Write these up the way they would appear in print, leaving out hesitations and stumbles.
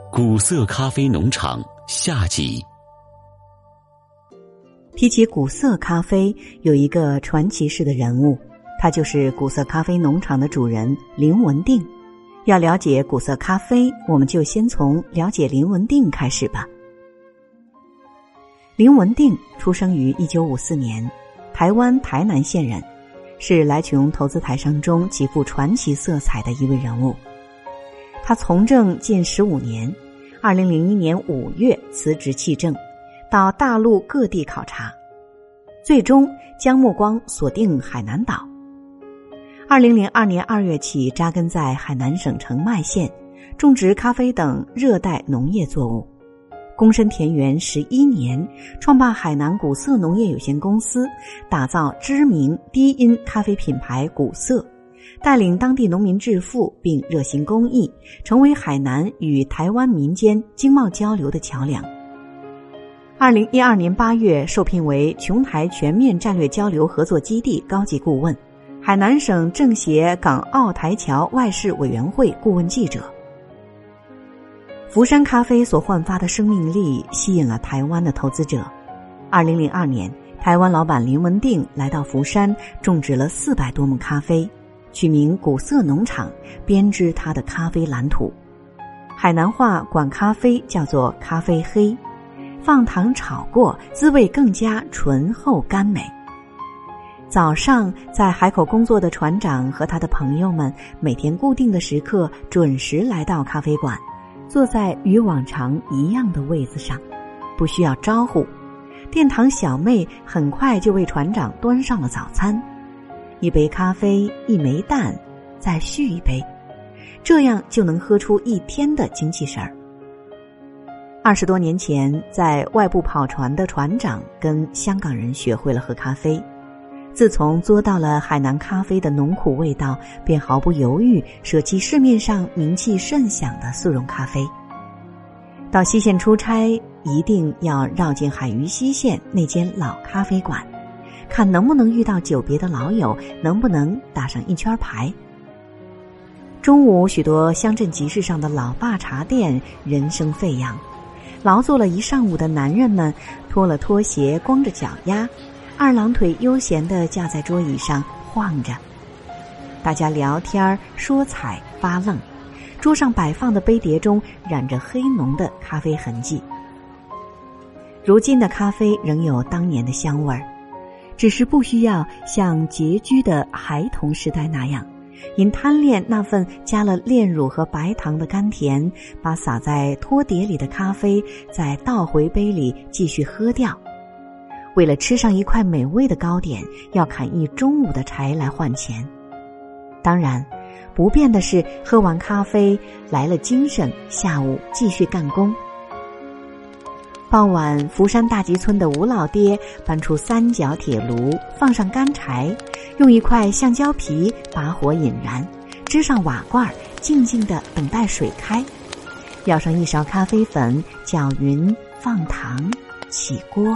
古色咖啡农场下集。 提起古色咖啡，有一个传奇式的人物，他就是古色咖啡农场的主人林文定。要了解古色咖啡，我们就先从了解林文定开始吧。林文定出生于1954年，台湾台南县人，是来琼投资台商中极富传奇色彩的一位人物。他从政近15年，2001年5月辞职弃政，到大陆各地考察，最终将目光锁定海南岛。2002年2月起扎根在海南省澄迈县，种植咖啡等热带农业作物，躬身田园11年，创办海南古色农业有限公司，打造知名低因咖啡品牌古色，带领当地农民致富，并热心公益，成为海南与台湾民间经贸交流的桥梁。2012年8月受聘为琼台全面战略交流合作基地高级顾问，海南省政协港澳台侨外事委员会顾问记者。福山咖啡所焕发的生命力吸引了台湾的投资者。2002年，台湾老板林文定来到福山，种植了400多亩咖啡，取名古色农场，编织他的咖啡蓝图。海南话管咖啡叫做咖啡黑，放糖炒过，滋味更加醇厚甘美。早上在海口工作的船长和他的朋友们，每天固定的时刻准时来到咖啡馆，坐在与往常一样的位子上，不需要招呼。殿堂小妹很快就为船长端上了早餐，一杯咖啡，一枚蛋，再续一杯，这样就能喝出一天的精气神儿。20多年前，在外部跑船的船长跟香港人学会了喝咖啡，自从嘬到了海南咖啡的浓苦味道，便毫不犹豫舍弃市面上名气甚响的速溶咖啡。到西县出差，一定要绕进海鱼西县那间老咖啡馆，看能不能遇到久别的老友，能不能打上一圈牌。中午许多乡镇集市上的老爸茶店人声沸扬，劳作了一上午的男人们脱了拖鞋，光着脚丫，二郎腿悠闲地架在桌椅上晃着，大家聊天说彩发愣，桌上摆放的杯碟中染着黑浓的咖啡痕迹。如今的咖啡仍有当年的香味儿，只是不需要像拮据的孩童时代那样，因贪恋那份加了炼乳和白糖的甘甜，把洒在托碟里的咖啡再倒回杯里继续喝掉。为了吃上一块美味的糕点，要砍一中午的柴来换钱。当然，不变的是喝完咖啡来了精神，下午继续干工。傍晚，福山大吉村的吴老爹搬出3角铁炉，放上干柴，用一块橡胶皮把火引燃，支上瓦罐，静静地等待水开，舀上一勺咖啡粉，搅匀，放糖，起锅。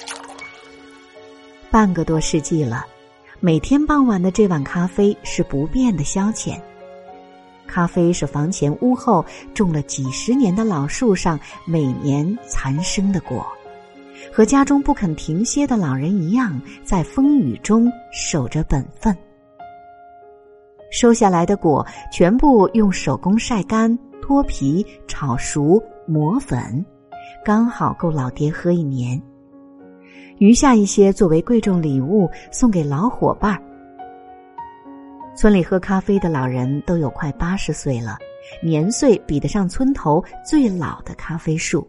半个多世纪了，每天傍晚的这碗咖啡是不变的消遣。咖啡是房前屋后种了几十年的老树上每年残生的果，和家中不肯停歇的老人一样，在风雨中守着本分。收下来的果全部用手工晒干、脱皮、炒熟、磨粉，刚好够老爹喝1年。余下一些作为贵重礼物送给老伙伴。村里喝咖啡的老人都有快80岁了，年岁比得上村头最老的咖啡树。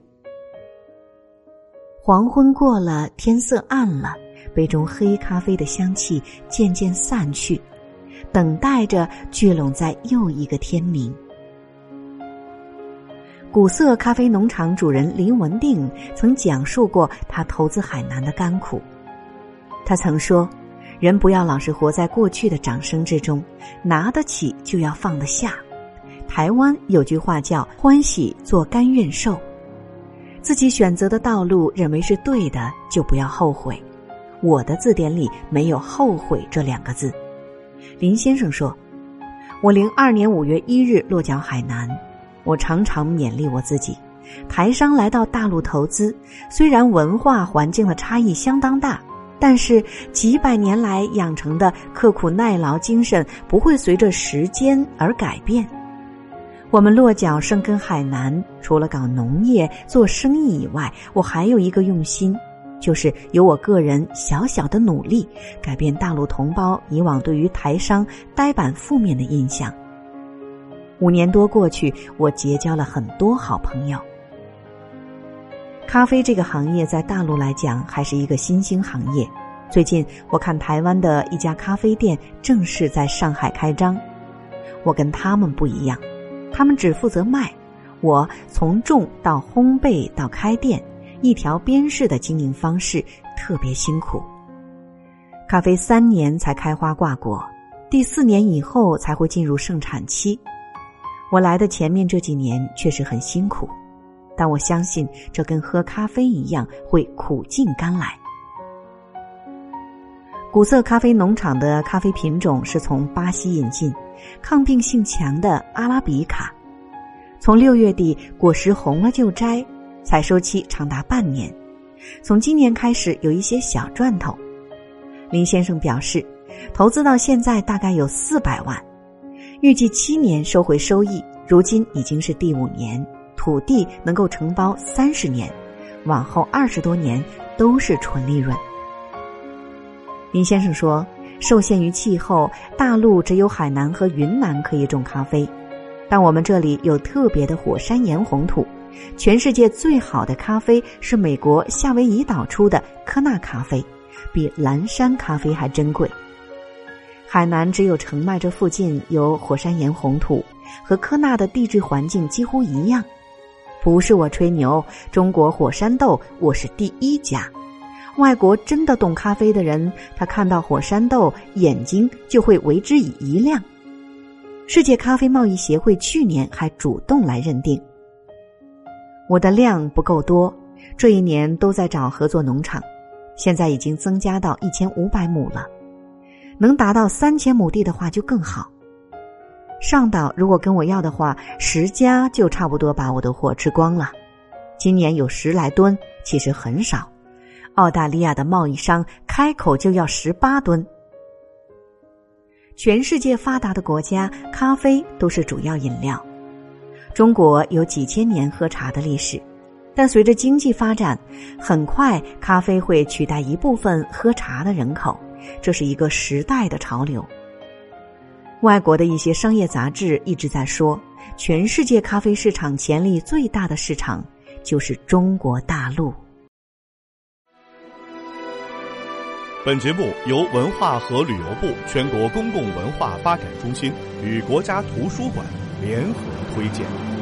黄昏过了，天色暗了，杯中黑咖啡的香气渐渐散去，等待着聚拢在又一个天明。古色咖啡农场主人林文定曾讲述过他投资海南的甘苦。他曾说，人不要老是活在过去的掌声之中，拿得起就要放得下。台湾有句话叫欢喜做甘愿受，自己选择的道路认为是对的，就不要后悔。我的字典里没有后悔这2个字。林先生说，我02年5月1日落脚海南， 我常常勉励我自己，台商来到大陆投资，虽然文化环境的差异相当大，但是几百年来养成的刻苦耐劳精神不会随着时间而改变。我们落脚生根海南，除了搞农业做生意以外，我还有一个用心，就是由我个人小小的努力，改变大陆同胞以往对于台商呆板负面的印象。5年多过去，我结交了很多好朋友。咖啡这个行业在大陆来讲还是一个新兴行业，最近我看台湾的一家咖啡店正式在上海开张。我跟他们不一样，他们只负责卖，我从种到烘焙到开店，一条边式的经营方式，特别辛苦。咖啡3年才开花挂果，第4年以后才会进入盛产期。我来的前面这几年确实很辛苦，但我相信这跟喝咖啡一样，会苦尽甘来。古色咖啡农场的咖啡品种是从巴西引进，抗病性强的阿拉比卡。从6月底果实红了就摘，采收期长达半年。从今年开始有一些小赚头。林先生表示，投资到现在大概有400万，预计7年收回收益，如今已经是第5年，土地能够承包30年，往后20多年都是纯利润。林先生说，受限于气候，大陆只有海南和云南可以种咖啡，但我们这里有特别的火山岩红土，全世界最好的咖啡是美国夏威夷岛出的科纳咖啡，比蓝山咖啡还珍贵。海南只有澄迈这附近有火山岩红土，和科纳的地质环境几乎一样。不是我吹牛，中国火山豆我是第1家。外国真的懂咖啡的人，他看到火山豆眼睛就会为之以一亮。世界咖啡贸易协会去年还主动来认定。我的量不够多，这1年都在找合作农场，现在已经增加到1500亩了，能达到3000亩地的话就更好。上岛如果跟我要的话，10家就差不多把我的货吃光了。今年有10来吨，其实很少。澳大利亚的贸易商开口就要18吨。全世界发达的国家，咖啡都是主要饮料。中国有几千年喝茶的历史，但随着经济发展，很快咖啡会取代一部分喝茶的人口，这是一个时代的潮流。外国的一些商业杂志一直在说，全世界咖啡市场潜力最大的市场就是中国大陆。 本节目由文化和旅游部全国公共文化发展中心与国家图书馆联合推荐。